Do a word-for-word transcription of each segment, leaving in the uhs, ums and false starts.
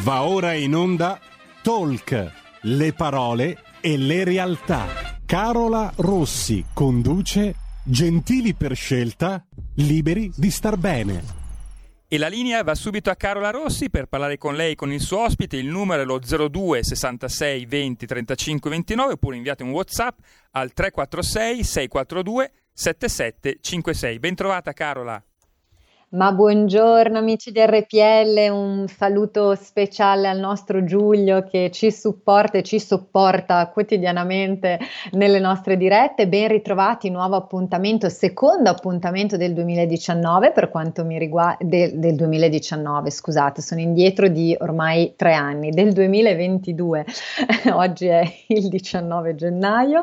Va ora in onda Talk, le parole e le realtà. Carola Rossi conduce Gentili per scelta, liberi di star bene. E la linea va subito a Carola Rossi per parlare con lei, con il suo ospite. Il numero è lo zero due sessantasei venti trentacinque ventinove, oppure inviate un WhatsApp al tre quattro sei sei quattro due sette sette cinque sei. Ben trovata Carola. Ma buongiorno amici di R P L, un saluto speciale al nostro Giulio che ci supporta e ci sopporta quotidianamente nelle nostre dirette. Ben ritrovati, nuovo appuntamento, secondo appuntamento del duemiladiciannove per quanto mi riguarda, del, del duemiladiciannove, scusate, sono indietro di ormai tre anni, del duemilaventidue. Oggi è il diciannove gennaio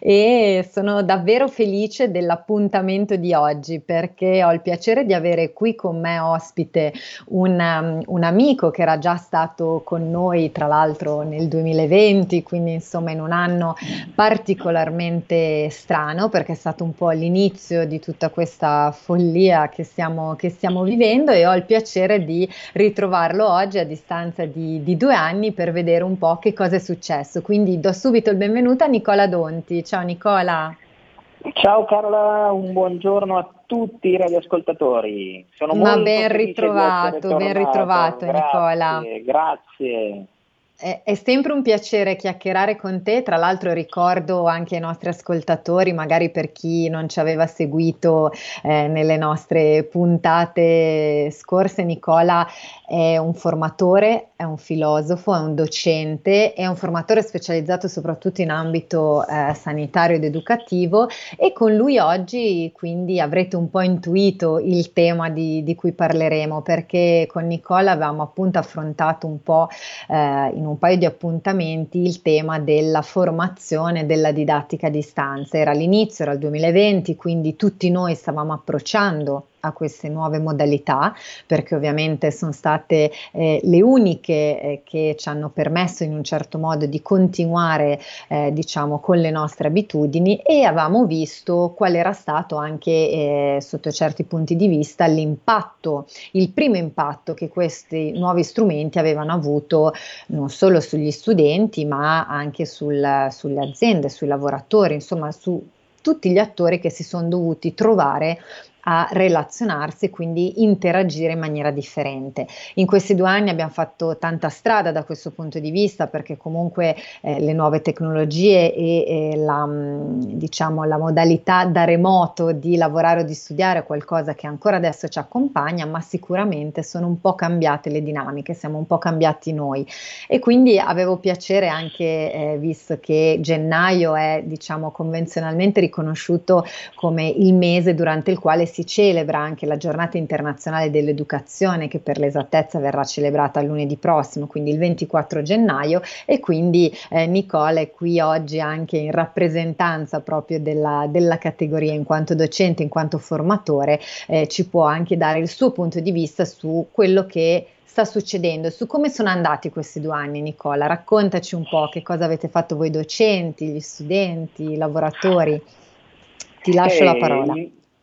e sono davvero felice dell'appuntamento di oggi perché ho il piacere di avere qui con me ospite un, um, un amico che era già stato con noi tra l'altro nel duemilaventi, quindi insomma in un anno particolarmente strano perché è stato un po' l'inizio di tutta questa follia che stiamo, che stiamo vivendo, e ho il piacere di ritrovarlo oggi a distanza di, di due anni per vedere un po' che cosa è successo. Quindi do subito il benvenuto a Nicola Donti. Ciao Nicola. Ciao Carola, un buongiorno a tutti i radioascoltatori. Sono Ma molto ben felice ritrovato, di ben essere ritrovato tornato. Nicola. Grazie, grazie. È, è sempre un piacere chiacchierare con te, tra l'altro ricordo anche ai nostri ascoltatori, magari per chi non ci aveva seguito eh, nelle nostre puntate scorse, Nicola è un formatore, è un filosofo, è un docente, è un formatore specializzato soprattutto in ambito eh, sanitario ed educativo, e con lui oggi quindi avrete un po' intuito il tema di, di cui parleremo, perché con Nicola avevamo appunto affrontato un po' eh, in un paio di appuntamenti il tema della formazione della didattica a distanza. Era l'inizio, era il duemilaventi, quindi tutti noi stavamo approcciando a queste nuove modalità, perché ovviamente sono state eh, le uniche eh, che ci hanno permesso in un certo modo di continuare eh, diciamo con le nostre abitudini, e avevamo visto qual era stato anche eh, sotto certi punti di vista l'impatto, il primo impatto che questi nuovi strumenti avevano avuto non solo sugli studenti ma anche sul, sulle aziende, sui lavoratori, insomma su tutti gli attori che si sono dovuti trovare a relazionarsi e quindi interagire in maniera differente. In questi due anni abbiamo fatto tanta strada da questo punto di vista, perché comunque eh, le nuove tecnologie e, e la, diciamo, la modalità da remoto di lavorare o di studiare è qualcosa che ancora adesso ci accompagna, ma sicuramente sono un po' cambiate le dinamiche, siamo un po' cambiati noi, e quindi avevo piacere anche, eh, visto che gennaio è diciamo convenzionalmente riconosciuto come il mese durante il quale si celebra anche la giornata internazionale dell'educazione, che per l'esattezza verrà celebrata lunedì prossimo, quindi il ventiquattro gennaio, e quindi eh, Nicola è qui oggi anche in rappresentanza proprio della, della categoria, in quanto docente, in quanto formatore, eh, ci può anche dare il suo punto di vista su quello che sta succedendo, su come sono andati questi due anni. Nicola, raccontaci un po' che cosa avete fatto voi docenti, gli studenti, i lavoratori. Ti lascio Eh, la parola.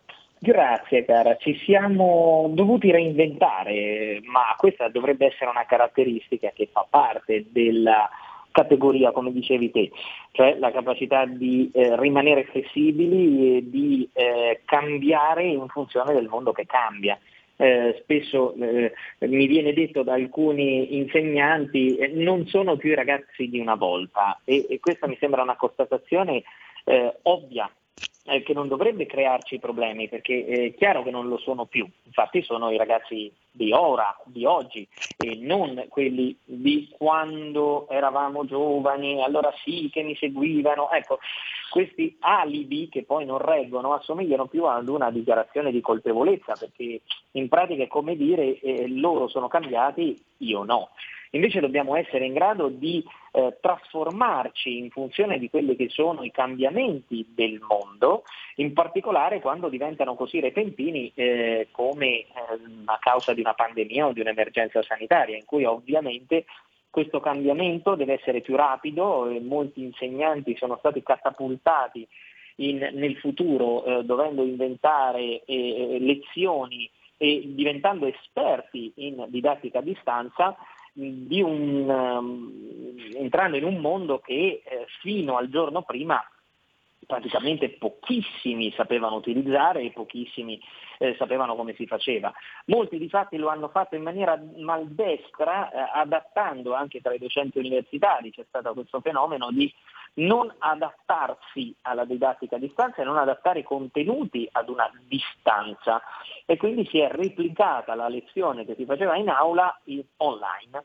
Grazie cara, ci siamo dovuti reinventare, ma questa dovrebbe essere una caratteristica che fa parte della categoria, come dicevi te, cioè la capacità di eh, rimanere flessibili e di eh, cambiare in funzione del mondo che cambia. Eh, spesso eh, mi viene detto da alcuni insegnanti eh, non sono più i ragazzi di una volta, e, e questa mi sembra una constatazione eh, ovvia, eh, che non dovrebbe crearci problemi, perché è chiaro che non lo sono più, infatti sono i ragazzi di ora, di oggi, e non quelli di quando eravamo giovani, allora sì che mi seguivano. Ecco, questi alibi che poi non reggono assomigliano più ad una dichiarazione di colpevolezza, perché in pratica è come dire eh, loro sono cambiati, io no. Invece dobbiamo essere in grado di eh, trasformarci in funzione di quelli che sono i cambiamenti del mondo, in particolare quando diventano così repentini eh, come eh, a causa di una pandemia o di un'emergenza sanitaria, in cui ovviamente questo cambiamento deve essere più rapido, e molti insegnanti sono stati catapultati in, nel futuro eh, dovendo inventare eh, lezioni e diventando esperti in didattica a distanza, di un, um, entrando in un mondo che eh, fino al giorno prima praticamente pochissimi sapevano utilizzare e pochissimi eh, sapevano come si faceva. Molti di fatti lo hanno fatto in maniera maldestra, eh, adattando anche tra i docenti universitari. C'è stato questo fenomeno di non adattarsi alla didattica a distanza e non adattare i contenuti ad una distanza, e quindi si è replicata la lezione che si faceva in aula in online.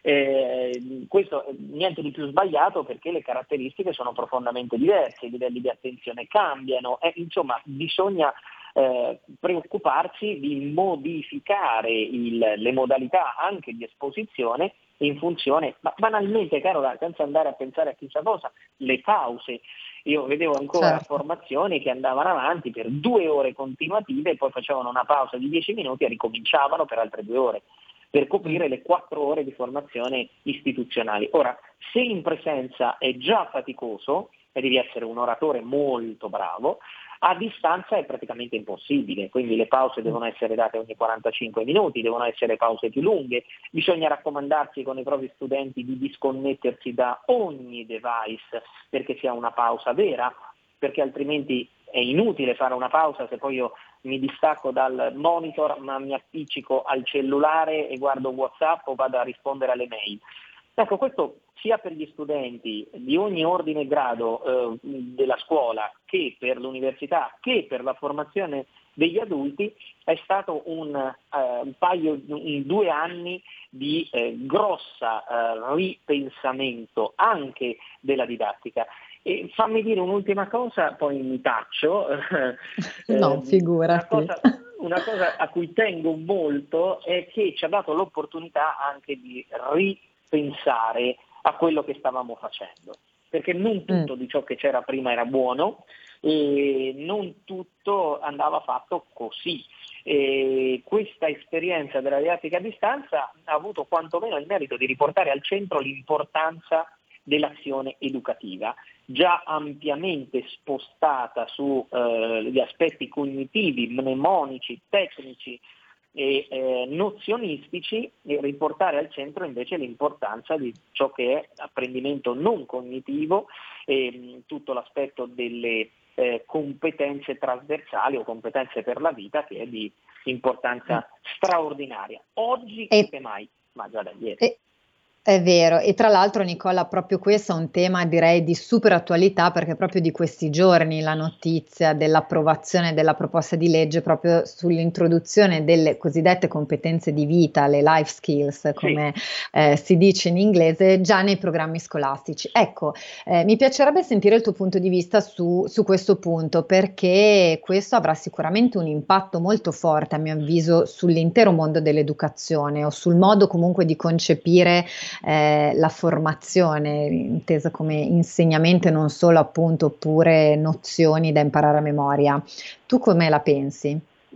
Eh, questo è niente di più sbagliato, perché le caratteristiche sono profondamente diverse, i livelli di attenzione cambiano, e insomma bisogna eh, preoccuparsi di modificare il, le modalità anche di esposizione in funzione, ma banalmente, Carola, senza andare a pensare a chissà cosa, le pause. Io vedevo ancora certo. formazioni che andavano avanti per due ore continuative, poi facevano una pausa di dieci minuti e ricominciavano per altre due ore, per coprire le quattro ore di formazione istituzionali. Ora, se in presenza è già faticoso e devi essere un oratore molto bravo, a distanza è praticamente impossibile, quindi le pause devono essere date ogni quarantacinque minuti, devono essere pause più lunghe, bisogna raccomandarsi con i propri studenti di disconnettersi da ogni device perché sia una pausa vera, perché altrimenti è inutile fare una pausa se poi io mi distacco dal monitor ma mi appiccico al cellulare e guardo WhatsApp o vado a rispondere alle mail. Ecco, questo sia per gli studenti di ogni ordine e grado eh, della scuola, che per l'università, che per la formazione degli adulti, è stato un, eh, un paio, un, due anni di eh, grossa eh, ripensamento anche della didattica. E fammi dire un'ultima cosa, poi mi taccio. No, figurati. Una cosa, una cosa a cui tengo molto è che ci ha dato l'opportunità anche di ripensare a quello che stavamo facendo, perché non tutto mm. di ciò che c'era prima era buono e non tutto andava fatto così. E questa esperienza della didattica a distanza ha avuto quantomeno il merito di riportare al centro l'importanza dell'azione educativa, già ampiamente spostata su eh, gli aspetti cognitivi, mnemonici, tecnici e eh, nozionistici, e riportare al centro invece l'importanza di ciò che è apprendimento non cognitivo e mh, tutto l'aspetto delle eh, competenze trasversali o competenze per la vita, che è di importanza straordinaria, oggi più che mai, ma già da ieri. E- È vero, e tra l'altro, Nicola, proprio questo è un tema, direi, di super attualità, perché proprio di questi giorni la notizia dell'approvazione della proposta di legge proprio sull'introduzione delle cosiddette competenze di vita, le life skills, come sì. eh, si dice in inglese, già nei programmi scolastici. Ecco, eh, mi piacerebbe sentire il tuo punto di vista su, su questo punto, perché questo avrà sicuramente un impatto molto forte, a mio avviso, sull'intero mondo dell'educazione, o sul modo comunque di concepire Eh, la formazione, intesa come insegnamento e non solo appunto pure nozioni da imparare a memoria. Tu come la pensi?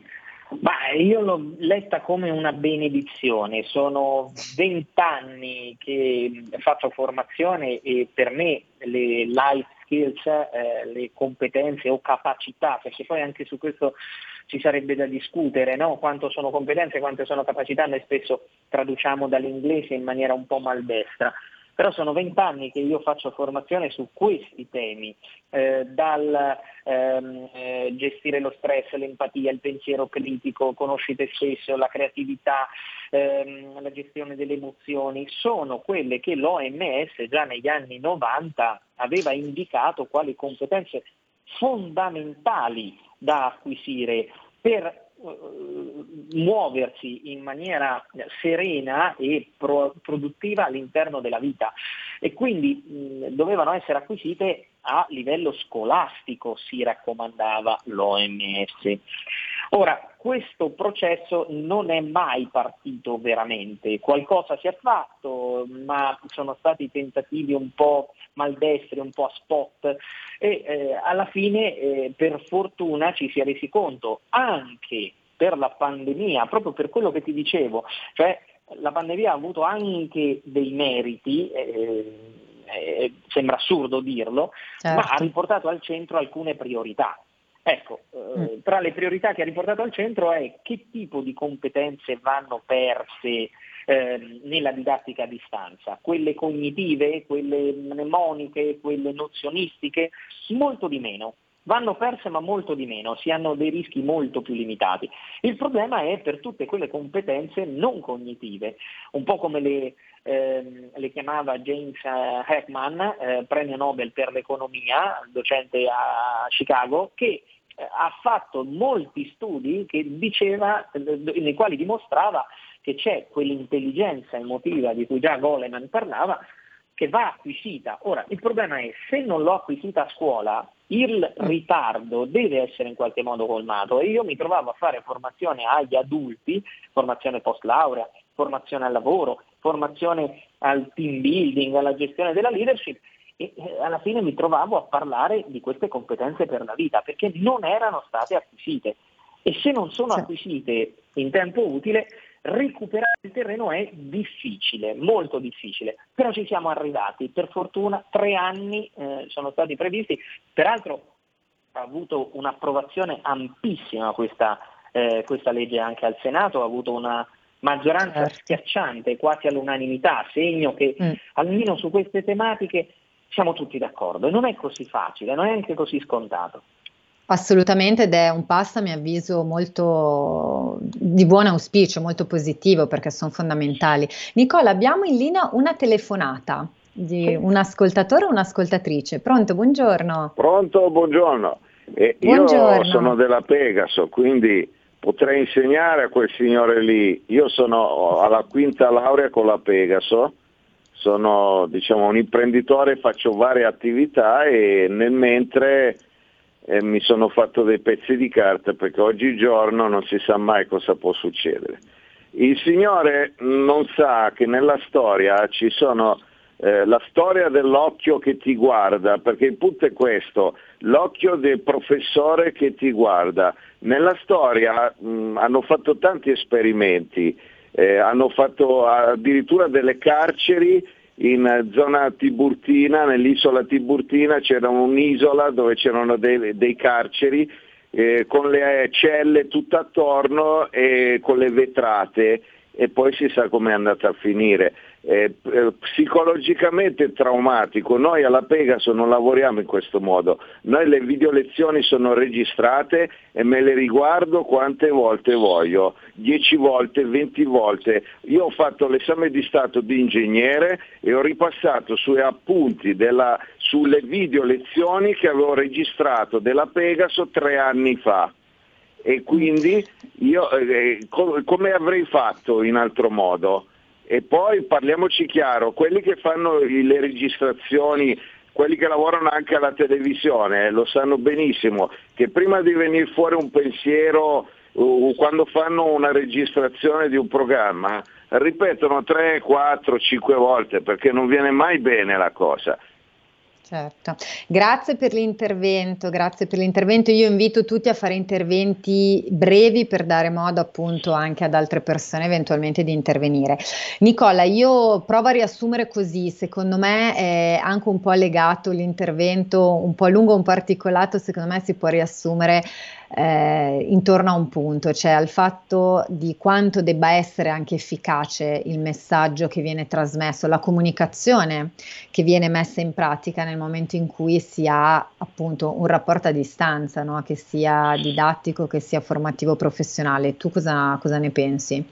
Ma io l'ho letta come una benedizione. Sono vent'anni che faccio formazione e per me le life skills, eh, le competenze o capacità, perché poi anche su questo ci sarebbe da discutere, no? Quanto sono competenze, quante sono capacità, noi spesso traduciamo dall'inglese in maniera un po' maldestra, però sono vent'anni che io faccio formazione su questi temi, eh, dal ehm, eh, gestire lo stress, l'empatia, il pensiero critico, conosci te stesso, la creatività, ehm, la gestione delle emozioni, sono quelle che l'O M S già negli anni novanta aveva indicato quali competenze fondamentali da acquisire per muoversi in maniera serena e pro- produttiva all'interno della vita, e quindi mh, dovevano essere acquisite a livello scolastico, si raccomandava l'O M S. Ora, questo processo non è mai partito veramente, qualcosa si è fatto, ma sono stati tentativi un po' maldestri, un po' a spot, e eh, alla fine eh, per fortuna ci si è resi conto anche per la pandemia, proprio per quello che ti dicevo, cioè la pandemia ha avuto anche dei meriti, eh, eh, sembra assurdo dirlo, certo. ma ha riportato al centro alcune priorità. Ecco, eh, tra le priorità che ha riportato al centro è che tipo di competenze vanno perse eh, nella didattica a distanza, quelle cognitive, quelle mnemoniche, quelle nozionistiche, molto di meno. Vanno perse ma molto di meno, si hanno dei rischi molto più limitati. Il problema è per tutte quelle competenze non cognitive, un po' come le, ehm, le chiamava James Heckman, eh, premio Nobel per l'economia, docente a Chicago, che eh, ha fatto molti studi che diceva, eh, nei quali dimostrava che c'è quell'intelligenza emotiva di cui già Goleman parlava, che va acquisita. Ora, il problema è, se non l'ho acquisita a scuola, il ritardo deve essere in qualche modo colmato, e io mi trovavo a fare formazione agli adulti, formazione post laurea, formazione al lavoro, formazione al team building, alla gestione della leadership, e alla fine mi trovavo a parlare di queste competenze per la vita, perché non erano state acquisite, e se non sono Sì. acquisite in tempo utile, recuperare il terreno è difficile, molto difficile, però ci siamo arrivati, per fortuna tre anni eh, sono stati previsti, peraltro ha avuto un'approvazione ampissima questa, eh, questa legge anche al Senato, ha avuto una maggioranza Certo. schiacciante, quasi all'unanimità, segno che Mm. almeno su queste tematiche siamo tutti d'accordo, e non è così facile, non è anche così scontato. Assolutamente, ed è un passo a mio avviso molto di buon auspicio, molto positivo, perché sono fondamentali. Nicola, abbiamo in linea una telefonata di Sì. un ascoltatore o un'ascoltatrice. Pronto, buongiorno. Pronto, buongiorno. Eh, Buongiorno. io sono della Pegaso, quindi potrei insegnare a quel signore lì. Io sono alla quinta laurea con la Pegaso, sono diciamo un imprenditore, faccio varie attività e nel mentre eh, mi sono fatto dei pezzi di carta, perché oggigiorno non si sa mai cosa può succedere. Il signore non sa che nella storia ci sono eh, la storia dell'occhio che ti guarda, perché il punto è questo, l'occhio del professore che ti guarda. Nella storia mh, hanno fatto tanti esperimenti, eh, hanno fatto addirittura delle carceri in zona Tiburtina, nell'isola Tiburtina c'era un'isola dove c'erano dei, dei carceri eh, con le celle tutt'attorno e con le vetrate, e poi si sa com'è andata a finire. Eh, eh, psicologicamente traumatico. Noi alla Pegaso non lavoriamo in questo modo, noi le video lezioni sono registrate e me le riguardo quante volte voglio, dieci volte, venti volte. Io ho fatto l'esame di stato di ingegnere e ho ripassato sui appunti della, sulle video lezioni che avevo registrato della Pegaso tre anni fa. E quindi io eh, co- come avrei fatto in altro modo? E poi parliamoci chiaro, quelli che fanno le registrazioni, quelli che lavorano anche alla televisione, eh, lo sanno benissimo, che prima di venire fuori un pensiero, uh, quando fanno una registrazione di un programma, ripetono tre, quattro, cinque volte, perché non viene mai bene la cosa. Certo, grazie per l'intervento, grazie per l'intervento. Io invito tutti a fare interventi brevi per dare modo appunto anche ad altre persone eventualmente di intervenire. Nicola, io provo a riassumere così, secondo me è anche un po' legato l'intervento, un po' lungo, un po' articolato, secondo me si può riassumere eh, intorno a un punto, cioè al fatto di quanto debba essere anche efficace il messaggio che viene trasmesso, la comunicazione che viene messa in pratica nel momento in cui si ha appunto un rapporto a distanza, no? Che sia didattico, che sia formativo professionale. Tu cosa, cosa ne pensi?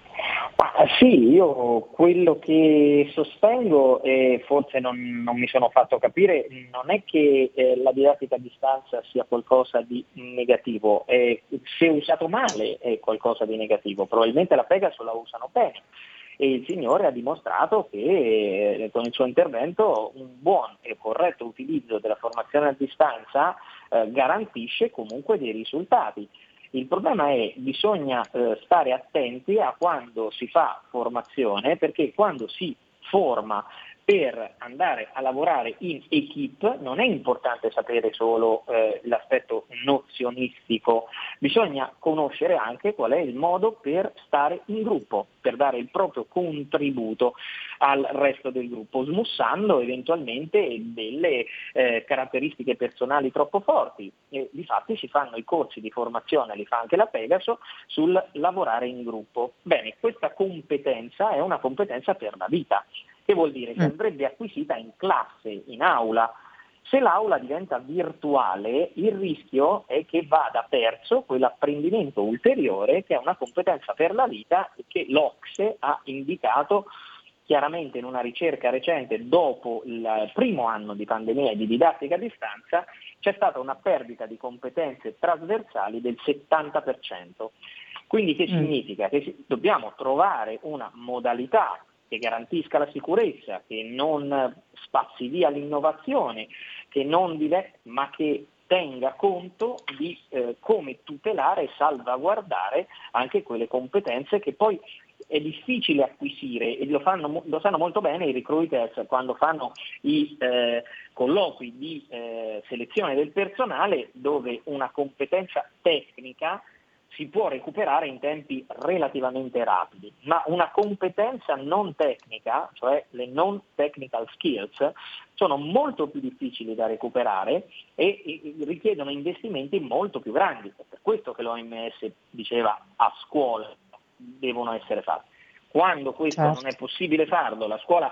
Ma sì, io quello che sostengo, e forse non, non mi sono fatto capire, non è che eh, la didattica a distanza sia qualcosa di negativo, eh, se usato male è qualcosa di negativo, probabilmente la Pegaso la usano bene. E il signore ha dimostrato che eh, con il suo intervento un buon e corretto utilizzo della formazione a distanza eh, garantisce comunque dei risultati. Il problema è che bisogna eh, stare attenti a quando si fa formazione, perché quando si forma per andare a lavorare in equipe non è importante sapere solo eh, l'aspetto nozionistico, bisogna conoscere anche qual è il modo per stare in gruppo, per dare il proprio contributo al resto del gruppo, smussando eventualmente delle eh, caratteristiche personali troppo forti. E difatti si fanno i corsi di formazione, li fa anche la Pegaso, sul lavorare in gruppo. Bene, questa competenza è una competenza per la vita, che vuol dire che andrebbe acquisita in classe, in aula. Se l'aula diventa virtuale, il rischio è che vada perso quell'apprendimento ulteriore che è una competenza per la vita e che l'O C S E ha indicato chiaramente in una ricerca recente. Dopo il primo anno di pandemia e di didattica a distanza c'è stata una perdita di competenze trasversali del settanta per cento. Quindi che significa? Che dobbiamo trovare una modalità che garantisca la sicurezza, che non spazzi via l'innovazione, che non dive- ma che tenga conto di eh, come tutelare e salvaguardare anche quelle competenze che poi è difficile acquisire, e lo, fanno, lo sanno molto bene i recruiters quando fanno i eh, colloqui di eh, selezione del personale, dove una competenza tecnica si può recuperare in tempi relativamente rapidi, ma una competenza non tecnica, cioè le non technical skills, sono molto più difficili da recuperare e, e richiedono investimenti molto più grandi. È per questo che l'O M S diceva a scuola devono essere fatti. Quando questo certo. non è possibile farlo, la scuola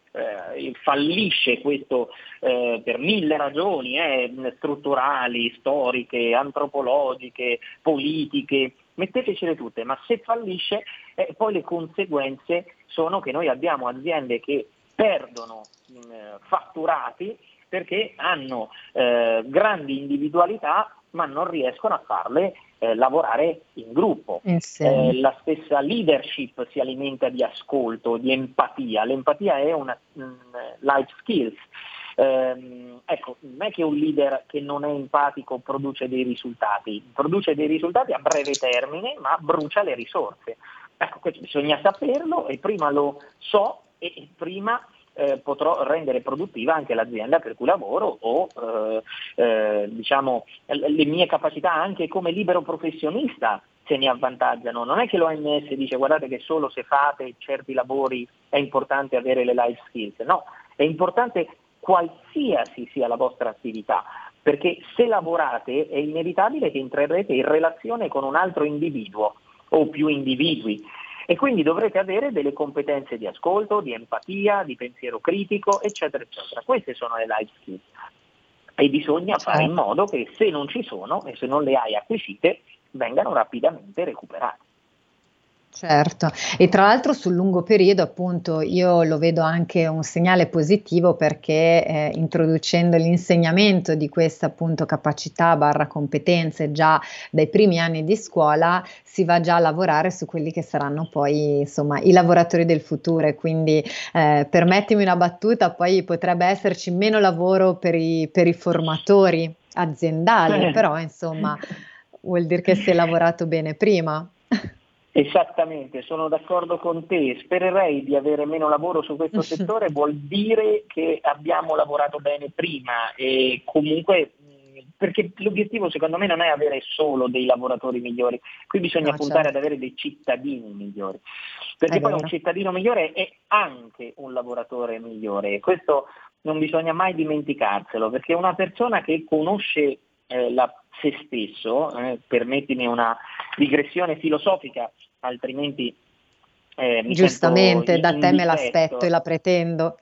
Eh, fallisce questo eh, per mille ragioni eh, strutturali, storiche, antropologiche, politiche, mettetecele tutte, ma se fallisce eh, poi le conseguenze sono che noi abbiamo aziende che perdono mh, fatturati perché hanno eh, grandi individualità ma non riescono a farle eh, lavorare in gruppo. Eh, la stessa leadership si alimenta di ascolto, di empatia. L'empatia è una um, life skills. Eh, ecco, non è che un leader che non è empatico produce dei risultati, produce dei risultati a breve termine, ma brucia le risorse. Ecco, questo bisogna saperlo e prima lo so e prima Eh, potrò rendere produttiva anche l'azienda per cui lavoro o eh, eh, diciamo le mie capacità anche come libero professionista se ne avvantaggiano. Non è che l'O M S dice guardate che solo se fate certi lavori è importante avere le life skills, no, è importante qualsiasi sia la vostra attività, perché se lavorate è inevitabile che entrerete in relazione con un altro individuo o più individui. E quindi dovrete avere delle competenze di ascolto, di empatia, di pensiero critico, eccetera, eccetera. Queste sono le life skills. E bisogna fare in modo che se non ci sono e se non le hai acquisite, vengano rapidamente recuperate. Certo, e tra l'altro sul lungo periodo appunto io lo vedo anche un segnale positivo perché eh, introducendo l'insegnamento di queste appunto capacità barra competenze già dai primi anni di scuola si va già a lavorare su quelli che saranno poi insomma i lavoratori del futuro e quindi eh, permettimi una battuta, poi potrebbe esserci meno lavoro per i, per i formatori aziendali, però insomma vuol dire che si è lavorato bene prima. Esattamente, sono d'accordo con te, spererei di avere meno lavoro su questo settore, vuol dire che abbiamo lavorato bene prima e comunque perché l'obiettivo secondo me non è avere solo dei lavoratori migliori, qui bisogna no, puntare certo. ad avere dei cittadini migliori, perché è poi vero. Un cittadino migliore è anche un lavoratore migliore e questo non bisogna mai dimenticarselo, perché una persona che conosce eh, la, se stesso, eh, permettimi una digressione filosofica, altrimenti eh, mi giustamente da te me difetto. L'aspetto e la pretendo.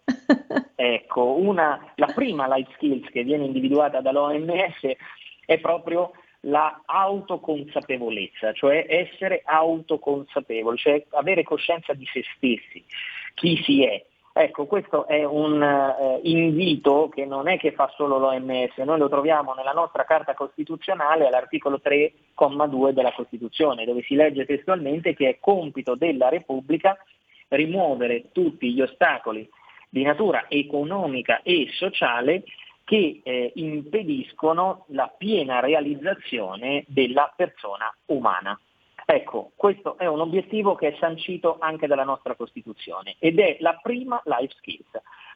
Ecco, una, la prima life skills che viene individuata dall'O M S è proprio la autoconsapevolezza, cioè essere autoconsapevoli, cioè avere coscienza di se stessi, chi si è. Ecco, questo è un uh, invito che non è che fa solo l'O M S, noi lo troviamo nella nostra Carta Costituzionale all'articolo tre, comma due della Costituzione, dove si legge testualmente che è compito della Repubblica rimuovere tutti gli ostacoli di natura economica e sociale che eh, impediscono la piena realizzazione della persona umana. Ecco, questo è un obiettivo che è sancito anche dalla nostra Costituzione ed è la prima life skills.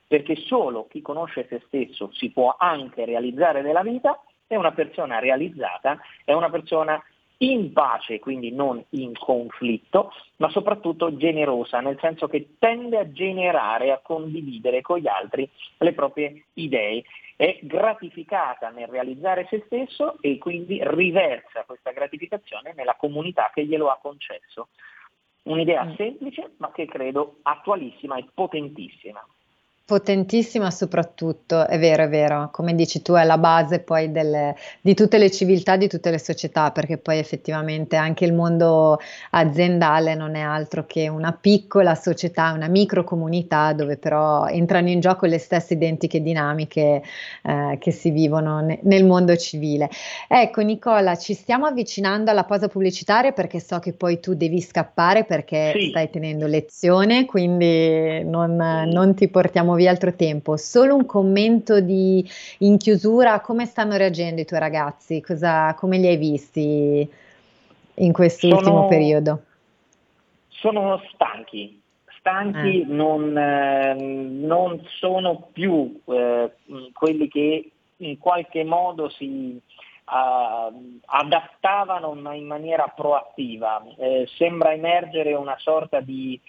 perché solo chi conosce se stesso si può anche realizzare nella vita, è una persona realizzata, è una persona in pace, quindi non in conflitto, ma soprattutto generosa, nel senso che tende a generare, a condividere con gli altri le proprie idee, è gratificata nel realizzare se stesso e quindi riversa questa gratificazione nella comunità che glielo ha concesso. Un'idea mm. semplice, ma che credo attualissima e potentissima. Potentissima soprattutto, è vero, è vero, come dici tu è la base poi delle, di tutte le civiltà, di tutte le società, perché poi effettivamente anche il mondo aziendale non è altro che una piccola società, una microcomunità dove però entrano in gioco le stesse identiche dinamiche eh, che si vivono ne, nel mondo civile. Ecco Nicola, ci stiamo avvicinando alla pausa pubblicitaria perché so che poi tu devi scappare perché sì. stai tenendo lezione, quindi non, non ti portiamo via altro tempo. Solo un commento di in chiusura: come stanno reagendo i tuoi ragazzi? Cosa, come li hai visti in quest'ultimo sono, periodo? Sono stanchi, stanchi, eh. non, eh, non sono più eh, quelli che in qualche modo si uh, adattavano ma in maniera proattiva. Eh, sembra emergere una sorta di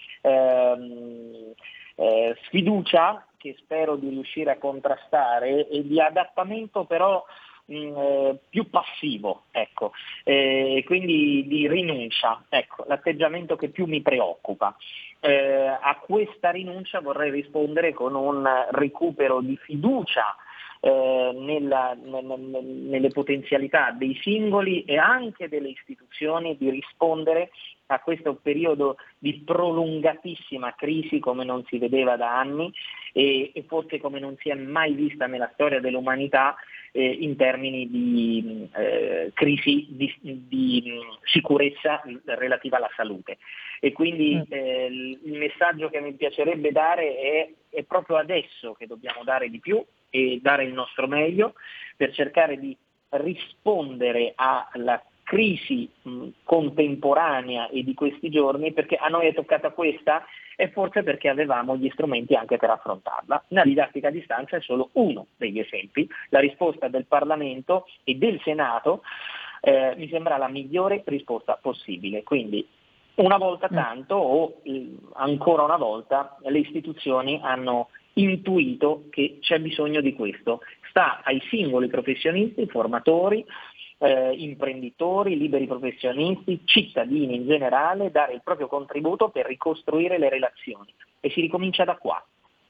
eh, eh, sfiducia che spero di riuscire a contrastare e di adattamento però mh, eh, più passivo, ecco, e eh, quindi di rinuncia, ecco, l'atteggiamento che più mi preoccupa. Eh, a questa rinuncia vorrei rispondere con un recupero di fiducia eh, nella, nel, nelle potenzialità dei singoli e anche delle istituzioni di rispondere a questo periodo di prolungatissima crisi come non si vedeva da anni e, e forse come non si è mai vista nella storia dell'umanità eh, in termini di eh, crisi di, di sicurezza relativa alla salute. E quindi eh, il messaggio che mi piacerebbe dare è, è proprio adesso che dobbiamo dare di più e dare il nostro meglio per cercare di rispondere alla crisi mh, contemporanea e di questi giorni, perché a noi è toccata questa e forse perché avevamo gli strumenti anche per affrontarla. La didattica a distanza è solo uno degli esempi. La risposta del Parlamento e del Senato eh, mi sembra la migliore risposta possibile. Quindi una volta tanto o eh, ancora una volta le istituzioni hanno intuito che c'è bisogno di questo. Sta ai singoli professionisti, formatori, Eh, imprenditori, liberi professionisti, cittadini in generale, dare il proprio contributo per ricostruire le relazioni e si ricomincia da qua.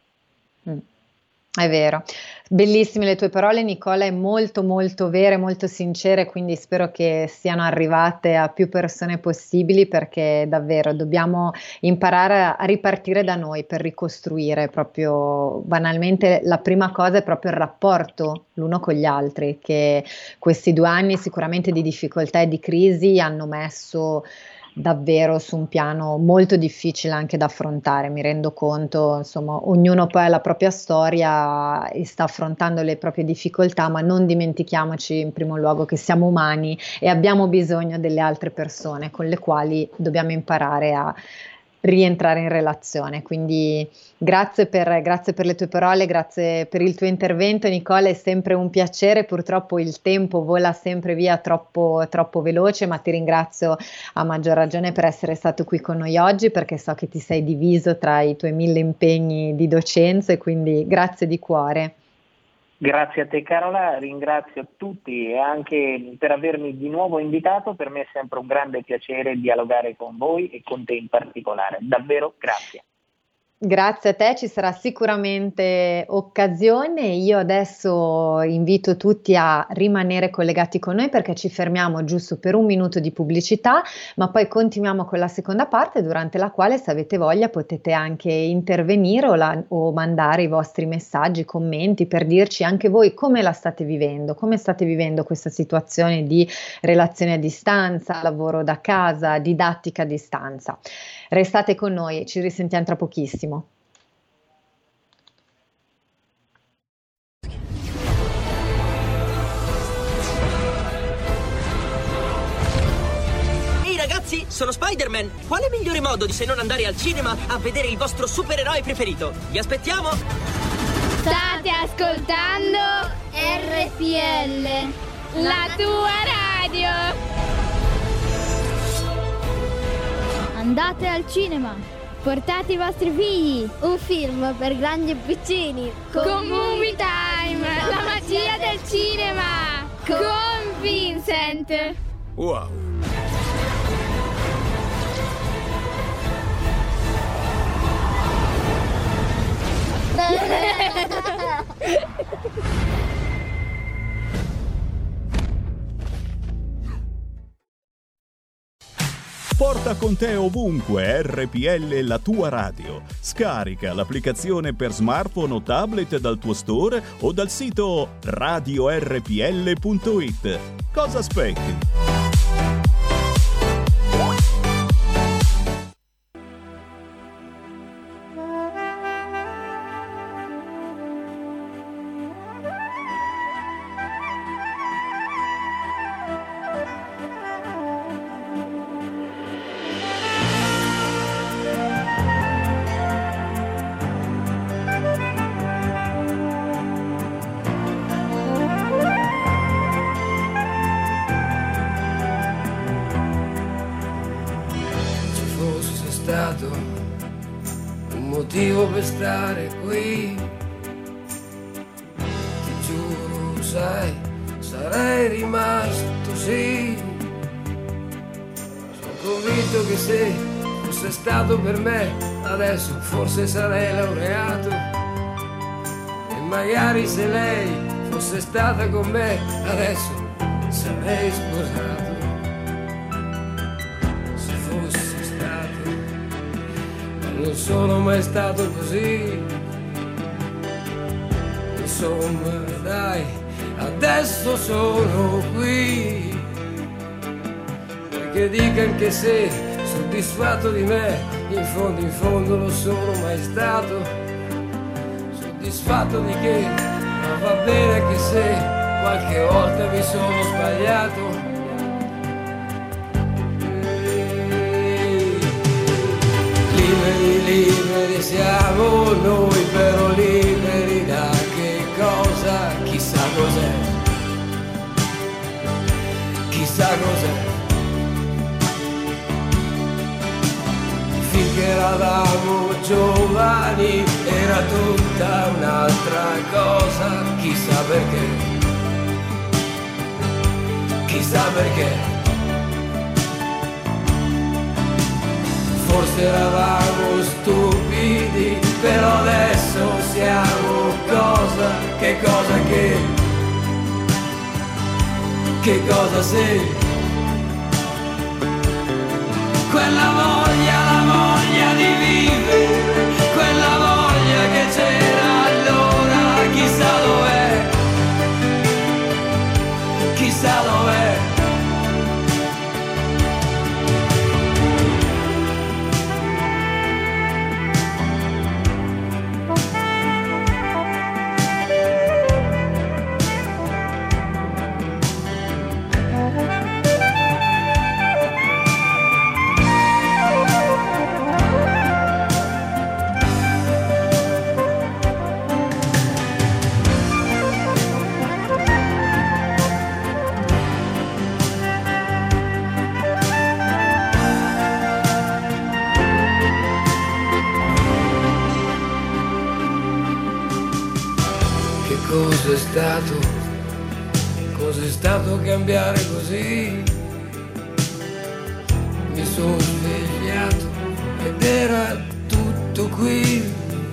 Mm. È vero, bellissime le tue parole Nicola, è molto molto vere, molto sincere, quindi spero che siano arrivate a più persone possibili perché davvero dobbiamo imparare a ripartire da noi per ricostruire proprio banalmente. La prima cosa è proprio il rapporto l'uno con gli altri, che questi due anni sicuramente di difficoltà e di crisi hanno messo davvero su un piano molto difficile anche da affrontare. Mi rendo conto, insomma, ognuno poi ha la propria storia e sta affrontando le proprie difficoltà, ma non dimentichiamoci in primo luogo che siamo umani e abbiamo bisogno delle altre persone con le quali dobbiamo imparare a rientrare in relazione. Quindi grazie per, grazie per le tue parole, grazie per il tuo intervento Nicola, è sempre un piacere, purtroppo il tempo vola sempre via troppo, troppo veloce, ma ti ringrazio a maggior ragione per essere stato qui con noi oggi perché so che ti sei diviso tra i tuoi mille impegni di docenza e quindi grazie di cuore. Grazie a te Carola, ringrazio tutti e anche per avermi di nuovo invitato. Per me è sempre un grande piacere dialogare con voi e con te in particolare. Davvero grazie. Grazie a te, ci sarà sicuramente occasione. Io adesso invito tutti a rimanere collegati con noi perché ci fermiamo giusto per un minuto di pubblicità, ma poi continuiamo con la seconda parte durante la quale, se avete voglia, potete anche intervenire o, la, o mandare i vostri messaggi, commenti per dirci anche voi come la state vivendo, come state vivendo questa situazione di relazione a distanza, lavoro da casa, didattica a distanza. Restate con noi, ci risentiamo tra pochissimo. Ehi ragazzi, sono Spider-Man! Quale migliore modo di se non andare al cinema a vedere il vostro supereroe preferito? Vi aspettiamo! State ascoltando R P L, la tua radio. Andate al cinema, portate i vostri figli. Un film per grandi e piccini. Con Movie Time, la magia del cinema. Con Vincent. Wow. Porta con te ovunque R P L, la tua radio. Scarica l'applicazione per smartphone o tablet dal tuo store o dal sito radio r p l punto i t. Cosa aspetti? Un motivo per stare qui, ti giuro, sai, sarei rimasto, sì. Sono convinto che se fosse stato per me, adesso forse sarei laureato. E magari se lei fosse stata con me, adesso sarei sposato. Non sono mai stato così. Insomma, dai, adesso sono qui. Perché dica anche se soddisfatto di me, in fondo in fondo lo sono mai stato. Soddisfatto di che, ma va bene anche se qualche volta mi sono sbagliato. Liberi, liberi siamo noi, però liberi da che cosa? Chissà cos'è, chissà cos'è. Finché eravamo giovani era tutta un'altra cosa, chissà perché, chissà perché. Forse eravamo stupidi, però adesso siamo cosa? Che cosa che? Che cosa se? Quella voglia, la voglia di vivere, quella voglia che c'era allora, chissà dov'è, chissà dov'è. Cos'è stato, cos'è stato cambiare così? Mi sono svegliato ed era tutto qui.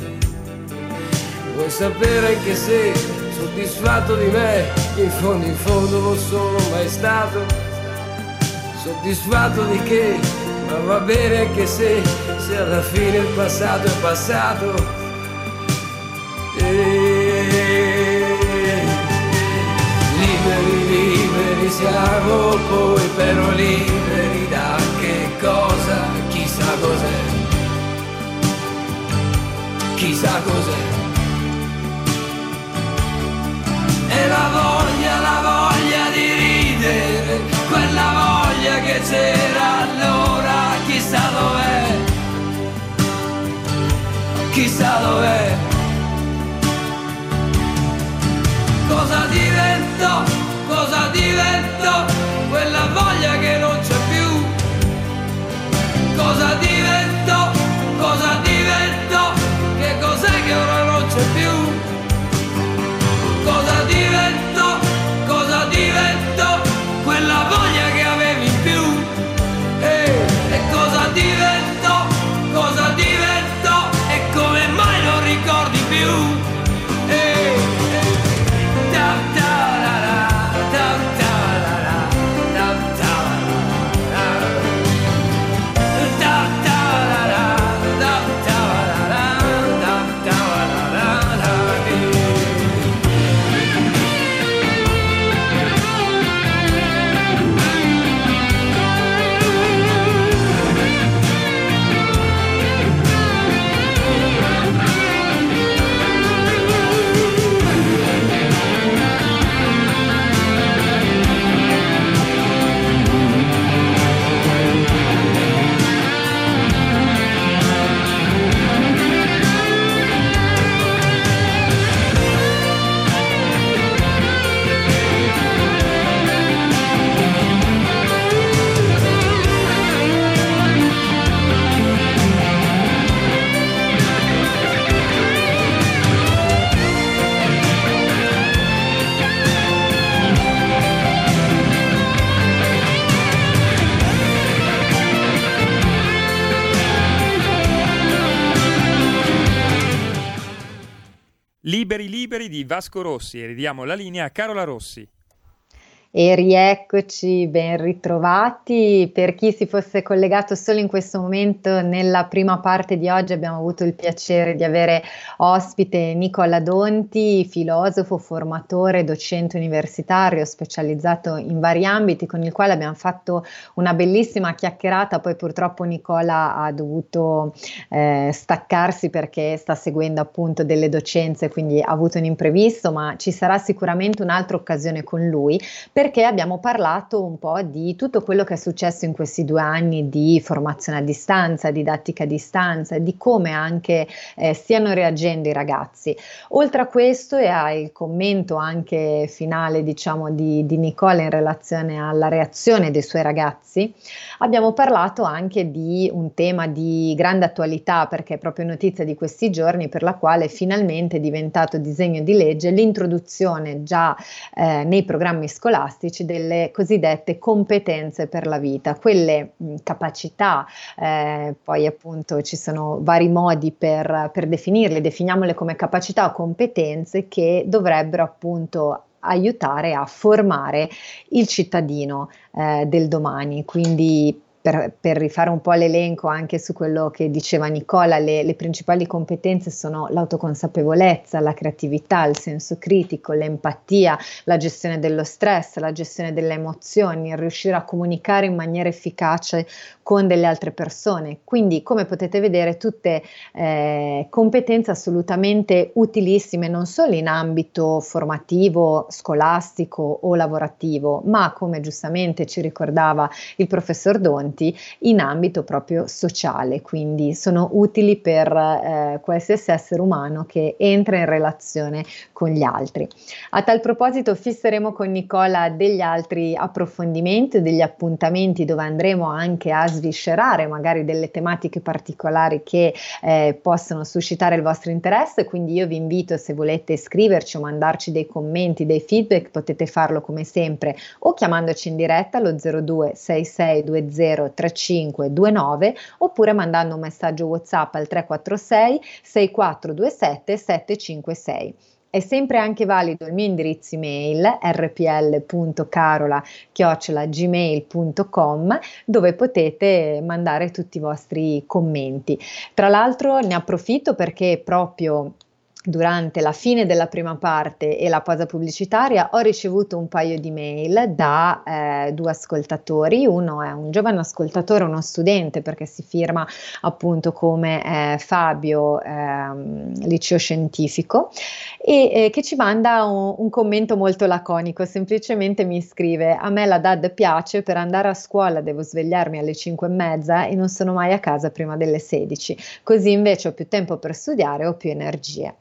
Vuoi sapere anche se soddisfatto di me, in fondo in fondo lo sono mai stato. Soddisfatto di che, ma va bene anche se, se alla fine il passato è passato. Liberi, liberi siamo poi, però liberi da che cosa? Chissà cos'è, chissà cos'è. E la voglia, la voglia di ridere, quella voglia che c'era allora, chissà dov'è, chissà dov'è. Cosa divento, cosa divento, quella voglia che non c'è più. Cosa divento, cosa divento, che cos'è che ora non c'è più. Cosa divento, cosa divento, quella voglia che avevi in più. E, e cosa divento, cosa divento, e come mai non ricordi più. Liberi liberi di Vasco Rossi, e ridiamo la linea a Carola Rossi. E rieccoci, ben ritrovati. Per chi si fosse collegato solo in questo momento, nella prima parte di oggi abbiamo avuto il piacere di avere ospite Nicola Donti, filosofo, formatore, docente universitario specializzato in vari ambiti, con il quale abbiamo fatto una bellissima chiacchierata. Poi purtroppo Nicola ha dovuto eh, staccarsi perché sta seguendo appunto delle docenze, quindi ha avuto un imprevisto, ma ci sarà sicuramente un'altra occasione con lui, perché abbiamo parlato un po' di tutto quello che è successo in questi due anni di formazione a distanza, didattica a distanza, di come anche eh, stiano reagendo i ragazzi. Oltre a questo e al commento anche finale, diciamo, di, di Nicola in relazione alla reazione dei suoi ragazzi, abbiamo parlato anche di un tema di grande attualità, perché è proprio notizia di questi giorni, per la quale finalmente è diventato disegno di legge l'introduzione già eh, nei programmi scolastici delle cosiddette competenze per la vita, quelle mh, capacità, eh, poi appunto ci sono vari modi per, per definirle, definiamole come capacità o competenze che dovrebbero appunto aiutare a formare il cittadino eh, del domani. Quindi Per, per rifare un po' l'elenco anche su quello che diceva Nicola, le, le principali competenze sono l'autoconsapevolezza, la creatività, il senso critico, l'empatia, la gestione dello stress, la gestione delle emozioni, il riuscire a comunicare in maniera efficace con delle altre persone. Quindi, come potete vedere, tutte eh, competenze assolutamente utilissime, non solo in ambito formativo, scolastico o lavorativo, ma come giustamente ci ricordava il professor Donti, in ambito proprio sociale, quindi sono utili per eh, qualsiasi essere umano che entra in relazione con gli altri. A tal proposito fisseremo con Nicola degli altri approfondimenti, degli appuntamenti dove andremo anche a sviscerare magari delle tematiche particolari che eh, possono suscitare il vostro interesse, quindi io vi invito, se volete scriverci o mandarci dei commenti, dei feedback, potete farlo come sempre o chiamandoci in diretta allo zero due sei sei due zero tre cinque due nove oppure mandando un messaggio WhatsApp al tre quattro sei sei quattro due sette sette cinque sei. È sempre anche valido il mio indirizzo email r p l punto carola chiocciola gmail punto com, dove potete mandare tutti i vostri commenti. Tra l'altro ne approfitto perché proprio durante la fine della prima parte e la pausa pubblicitaria ho ricevuto un paio di mail da eh, due ascoltatori. Uno è un giovane ascoltatore, uno studente, perché si firma appunto come eh, Fabio, eh, liceo scientifico, e eh, che ci manda un, un commento molto laconico. Semplicemente mi scrive: a me la D A D piace, per andare a scuola devo svegliarmi alle cinque e mezza e non sono mai a casa prima delle sedici, così invece ho più tempo per studiare, ho più energie.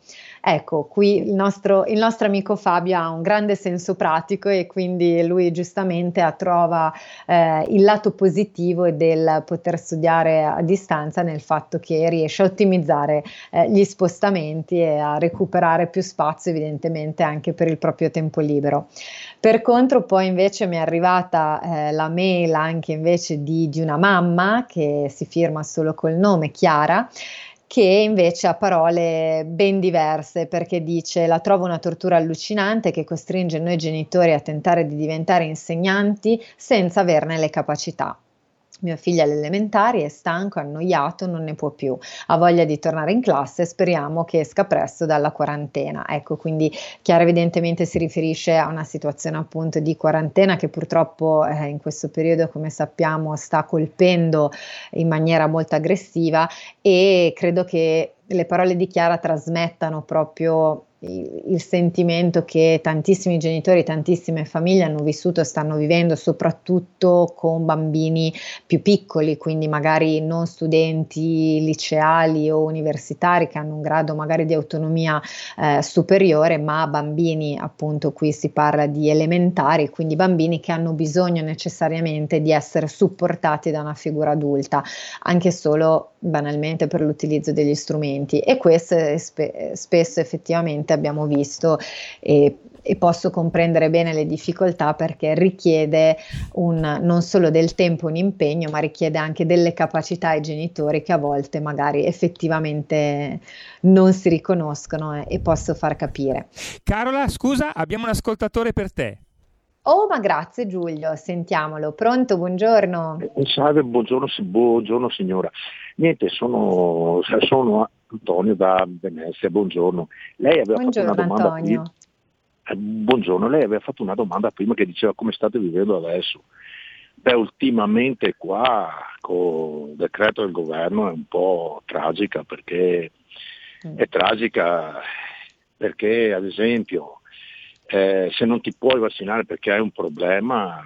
Ecco, qui il nostro, il nostro amico Fabio ha un grande senso pratico e quindi lui giustamente trova eh, il lato positivo del poter studiare a distanza nel fatto che riesce a ottimizzare eh, gli spostamenti e a recuperare più spazio evidentemente anche per il proprio tempo libero. Per contro poi invece mi è arrivata eh, la mail anche invece di, di una mamma che si firma solo col nome Chiara, che invece ha parole ben diverse, perché dice: la trovo una tortura allucinante che costringe noi genitori a tentare di diventare insegnanti senza averne le capacità. Mio figlio alle elementari è stanco, annoiato, non ne può più, ha voglia di tornare in classe, speriamo che esca presto dalla quarantena. Ecco, quindi Chiara evidentemente si riferisce a una situazione appunto di quarantena che purtroppo eh, in questo periodo, come sappiamo, sta colpendo in maniera molto aggressiva, e credo che le parole di Chiara trasmettano proprio il, il sentimento che tantissimi genitori, tantissime famiglie hanno vissuto e stanno vivendo, soprattutto con bambini più piccoli, quindi magari non studenti liceali o universitari che hanno un grado magari di autonomia eh, superiore, ma bambini, appunto qui si parla di elementari, quindi bambini che hanno bisogno necessariamente di essere supportati da una figura adulta, anche solo banalmente per l'utilizzo degli strumenti, e questo spe- spesso effettivamente abbiamo visto, e, e posso comprendere bene le difficoltà, perché richiede un, non solo del tempo, un impegno, ma richiede anche delle capacità ai genitori che a volte magari effettivamente non si riconoscono, eh, e posso far capire. Carola, scusa, abbiamo un ascoltatore per te. Oh, ma grazie Giulio, sentiamolo. Pronto, buongiorno. Eh, salve, buongiorno, buongiorno signora. Niente, sono, sono Antonio da Venezia, buongiorno. Lei aveva buongiorno, fatto una domanda Antonio. Prima, eh, buongiorno, lei aveva fatto una domanda prima che diceva come state vivendo adesso. Beh, ultimamente qua con il decreto del governo è un po' tragica, perché mm. è tragica perché ad esempio Eh, se non ti puoi vaccinare perché hai un problema,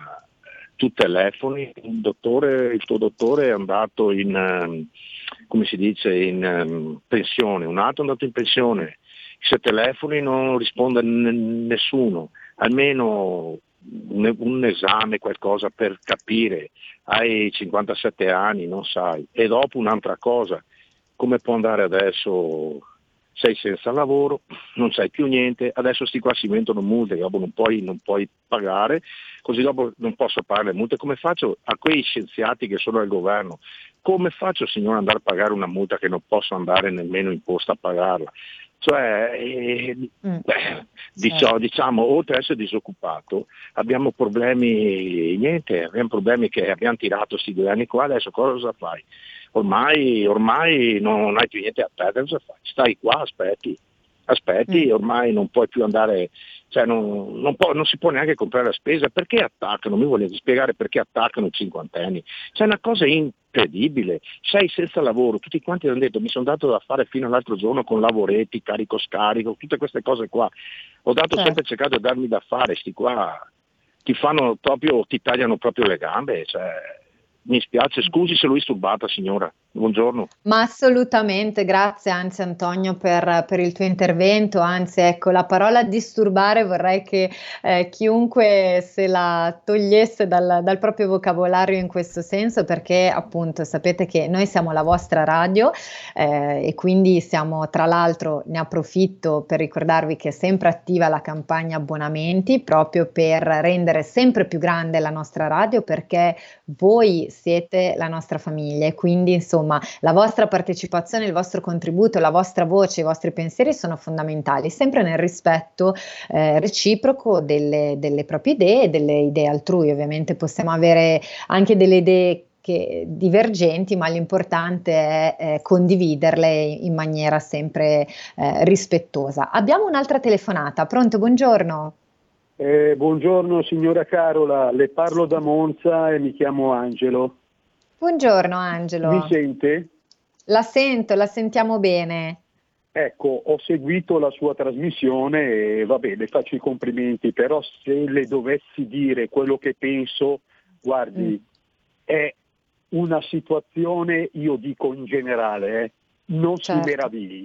tu telefoni, il dottore, il tuo dottore è andato in, um, come si dice, in um, pensione, un altro è andato in pensione, se telefoni non risponde n- nessuno, almeno un, un esame, qualcosa per capire, hai cinquantasette anni, non sai, e dopo un'altra cosa, come può andare adesso? Sei senza lavoro, non sai più niente, adesso sti qua si mettono multe, dopo non puoi, non puoi pagare, così dopo non posso pagare le multe. Come faccio a quei scienziati che sono al governo? Come faccio, signore, ad andare a pagare una multa che non posso andare nemmeno in posta a pagarla? Cioè, eh, mm. beh, diciamo, diciamo, oltre ad essere disoccupato, abbiamo problemi, niente, abbiamo problemi che abbiamo tirato questi due anni qua, adesso cosa fai? Ormai, ormai non hai più niente a perdere, cosa fai? Stai qua, aspetti, aspetti, mm. ormai non puoi più andare, cioè non, non, può, non si può neanche comprare la spesa, perché attaccano? Mi volete spiegare perché attaccano i cinquantenni? C'è una cosa incredibile, sei senza lavoro, tutti quanti hanno detto, mi sono dato da fare fino all'altro giorno con lavoretti, carico scarico, tutte queste cose qua, ho dato certo. sempre cercato di darmi da fare, sti qua ti fanno proprio, ti tagliano proprio le gambe, cioè mi spiace, scusi se l'ho disturbata signora, buongiorno. Ma assolutamente, grazie anzi Antonio per, per il tuo intervento, anzi ecco la parola disturbare vorrei che eh, chiunque se la togliesse dal, dal proprio vocabolario in questo senso, perché appunto sapete che noi siamo la vostra radio eh, e quindi siamo, tra l'altro ne approfitto per ricordarvi che è sempre attiva la campagna abbonamenti proprio per rendere sempre più grande la nostra radio, perché voi siete la nostra famiglia e quindi insomma la vostra partecipazione, il vostro contributo, la vostra voce, i vostri pensieri sono fondamentali, sempre nel rispetto eh, reciproco delle, delle proprie idee e delle idee altrui. Ovviamente possiamo avere anche delle idee che, divergenti, ma l'importante è eh, condividerle in maniera sempre eh, rispettosa. Abbiamo un'altra telefonata, pronto, buongiorno. Eh, buongiorno signora Carola, le parlo da Monza e mi chiamo Angelo. Buongiorno Angelo. Mi sente? La sento, la sentiamo bene. Ecco, ho seguito la sua trasmissione e va bene, le faccio i complimenti, però se le dovessi dire quello che penso, guardi, mm. è una situazione, io dico in generale, eh, non certo. si meravigli.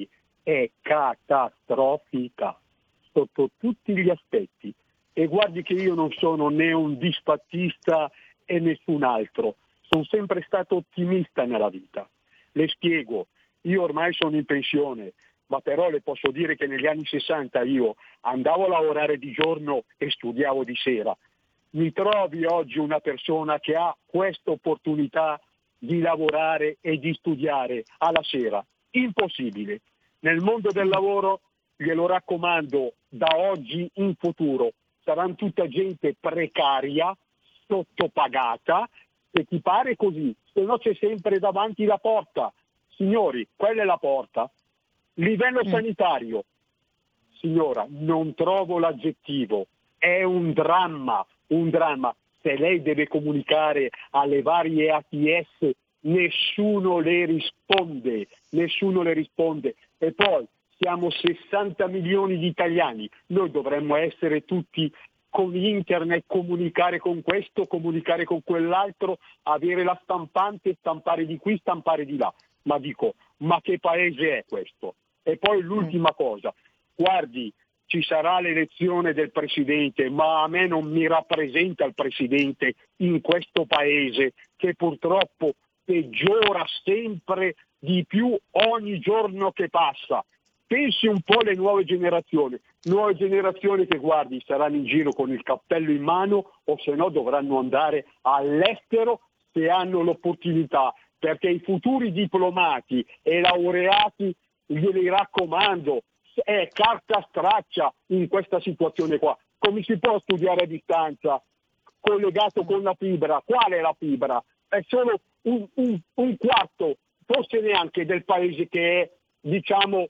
è catastrofica sotto tutti gli aspetti. E guardi che io non sono né un disfattista e nessun altro, sono sempre stato ottimista nella vita. Le spiego, io ormai sono in pensione, ma però le posso dire che negli anni sessanta io andavo a lavorare di giorno e studiavo di sera. Mi trovi oggi una persona che ha questa opportunità di lavorare e di studiare alla sera? Impossibile. Nel mondo del lavoro, glielo raccomando, da oggi in futuro saranno tutta gente precaria, sottopagata, se ti pare così, se no c'è sempre davanti la porta. Signori, quella è la porta. Livello mm. sanitario, signora, non trovo l'aggettivo, è un dramma, un dramma. Se lei deve comunicare alle varie A T S, nessuno le risponde, nessuno le risponde. E poi siamo sessanta milioni di italiani, noi dovremmo essere tutti con internet, comunicare con questo, comunicare con quell'altro, avere la stampante, stampare di qui, stampare di là. Ma dico, ma che paese è questo? E poi l'ultima cosa, guardi, ci sarà l'elezione del presidente, ma a me non mi rappresenta il presidente in questo paese che purtroppo peggiora sempre di più ogni giorno che passa. Pensi un po' alle nuove generazioni, nuove generazioni che guardi saranno in giro con il cappello in mano o se no dovranno andare all'estero se hanno l'opportunità, perché i futuri diplomati e laureati, glieli raccomando, è carta straccia in questa situazione qua. Come si può studiare a distanza collegato con la fibra? Qual è la fibra? È solo un, un, un quarto, forse neanche del paese che è, diciamo,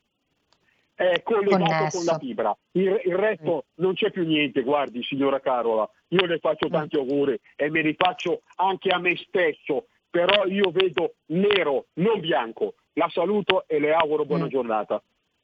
è collegato Connesso. Con la fibra. Il, il resto mm. non c'è più niente. Guardi, signora Carola, io le faccio tanti auguri e me li faccio anche a me stesso, però io vedo nero, non bianco. La saluto e le auguro buona mm. giornata.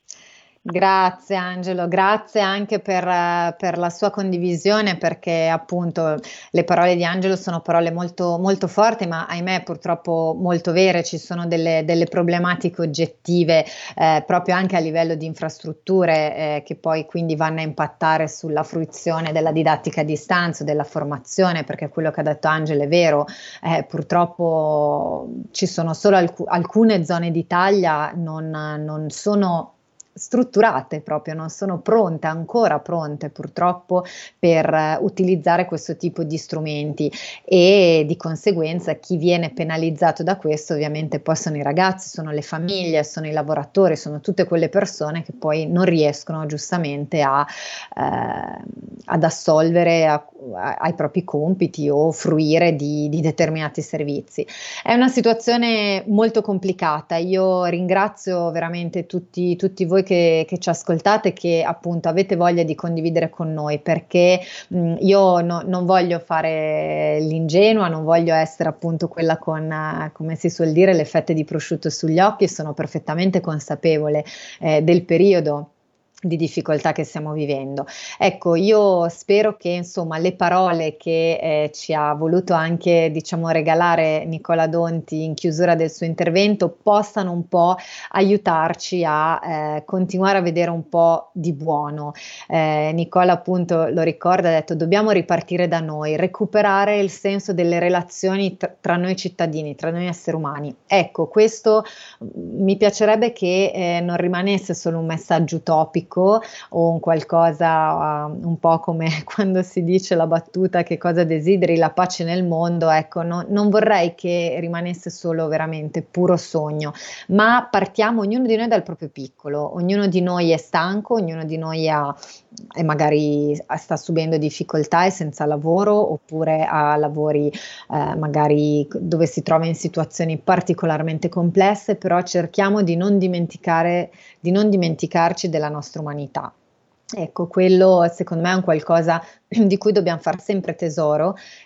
Grazie Angelo, grazie anche per, per la sua condivisione, perché appunto le parole di Angelo sono parole molto, molto forti, ma ahimè purtroppo molto vere. Ci sono delle, delle problematiche oggettive eh, proprio anche a livello di infrastrutture eh, che poi quindi vanno a impattare sulla fruizione della didattica a distanza, della formazione, perché quello che ha detto Angelo è vero, eh, purtroppo ci sono solo alc- alcune zone d'Italia non, non sono strutturate proprio, non sono pronte, ancora pronte purtroppo per uh, utilizzare questo tipo di strumenti, e di conseguenza chi viene penalizzato da questo ovviamente poi sono i ragazzi, sono le famiglie, sono i lavoratori, sono tutte quelle persone che poi non riescono giustamente a, eh, ad assolvere a, a, ai propri compiti o fruire di, di determinati servizi. È una situazione molto complicata. Io ringrazio veramente tutti, tutti voi Che, che ci ascoltate, che appunto avete voglia di condividere con noi, perché mh, io no, non voglio fare l'ingenua, non voglio essere appunto quella con, uh, come si suol dire, le fette di prosciutto sugli occhi. Sono perfettamente consapevole eh, del periodo di difficoltà che stiamo vivendo. Ecco, io spero che insomma le parole che eh, ci ha voluto anche diciamo regalare Nicola Donti in chiusura del suo intervento possano un po' aiutarci a eh, continuare a vedere un po' di buono. Eh, Nicola appunto lo ricorda, ha detto dobbiamo ripartire da noi, recuperare il senso delle relazioni tra, tra noi cittadini, tra noi esseri umani. Ecco, questo mi piacerebbe che eh, non rimanesse solo un messaggio utopico o un qualcosa uh, un po' come quando si dice la battuta che cosa desideri, la pace nel mondo. Ecco, no, non vorrei che rimanesse solo veramente puro sogno, ma partiamo ognuno di noi dal proprio piccolo. Ognuno di noi è stanco, ognuno di noi ha, e magari sta subendo difficoltà, è senza lavoro oppure ha lavori eh, magari dove si trova in situazioni particolarmente complesse, però cerchiamo di non dimenticare, di non dimenticarci della nostra umanità. Ecco, quello secondo me è un qualcosa di cui dobbiamo far sempre tesoro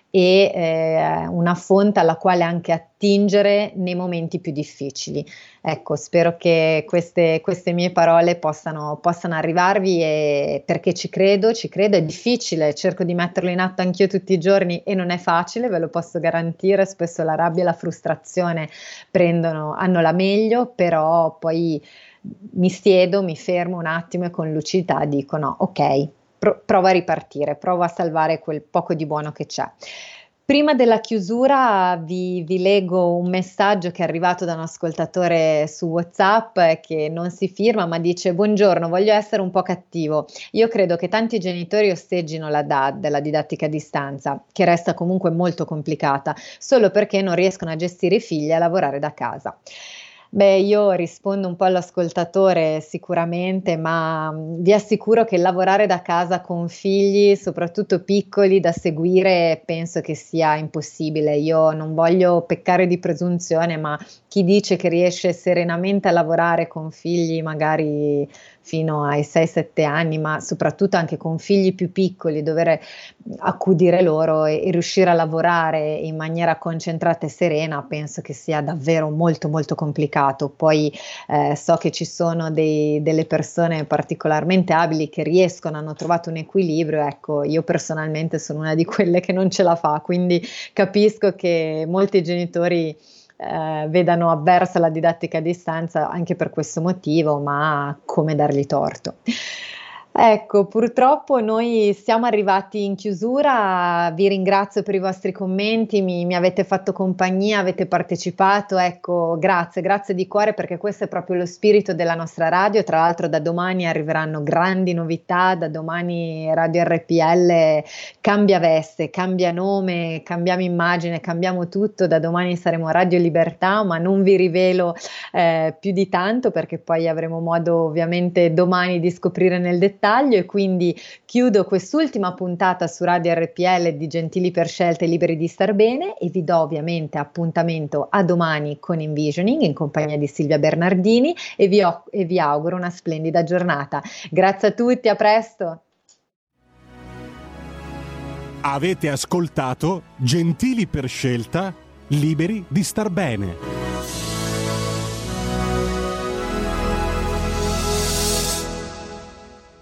e eh, una fonte alla quale anche attingere nei momenti più difficili. Ecco, spero che queste, queste mie parole possano, possano arrivarvi, e perché ci credo, ci credo, è difficile, cerco di metterlo in atto anch'io tutti i giorni e non è facile, ve lo posso garantire, spesso la rabbia e la frustrazione prendono, hanno la meglio, però poi mi siedo, mi fermo un attimo e con lucidità dico no, ok, pro- provo a ripartire, provo a salvare quel poco di buono che c'è. Prima della chiusura vi, vi leggo un messaggio che è arrivato da un ascoltatore su WhatsApp che non si firma ma dice: buongiorno, voglio essere un po' cattivo. Io credo che tanti genitori osteggino la D A D, la didattica a distanza, che resta comunque molto complicata, solo perché non riescono a gestire i figli e a lavorare da casa. Beh, io rispondo un po' all'ascoltatore sicuramente, ma vi assicuro che lavorare da casa con figli, soprattutto piccoli, da seguire, penso che sia impossibile. Io non voglio peccare di presunzione, ma chi dice che riesce serenamente a lavorare con figli magari fino ai sei sette anni, ma soprattutto anche con figli più piccoli, dover accudire loro e, e riuscire a lavorare in maniera concentrata e serena, penso che sia davvero molto molto complicato. Poi eh, so che ci sono dei, delle persone particolarmente abili che riescono, hanno trovato un equilibrio. Ecco, io personalmente sono una di quelle che non ce la fa, quindi capisco che molti genitori Eh, vedano avversa la didattica a distanza anche per questo motivo, ma come dargli torto? Ecco, purtroppo noi siamo arrivati in chiusura, vi ringrazio per i vostri commenti, mi, mi avete fatto compagnia, avete partecipato, ecco, grazie, grazie di cuore, perché questo è proprio lo spirito della nostra radio. Tra l'altro da domani arriveranno grandi novità, da domani Radio R P L cambia veste, cambia nome, cambiamo immagine, cambiamo tutto, da domani saremo Radio Libertà, ma non vi rivelo eh, più di tanto, perché poi avremo modo ovviamente domani di scoprire nel dettaglio. E quindi chiudo quest'ultima puntata su Radio R P L di Gentili per Scelta e Liberi di Star Bene, e vi do ovviamente appuntamento a domani con Envisioning in compagnia di Silvia Bernardini, e vi, ho, e vi auguro una splendida giornata. Grazie a tutti, a presto. Avete ascoltato Gentili per Scelta, Liberi di Star Bene.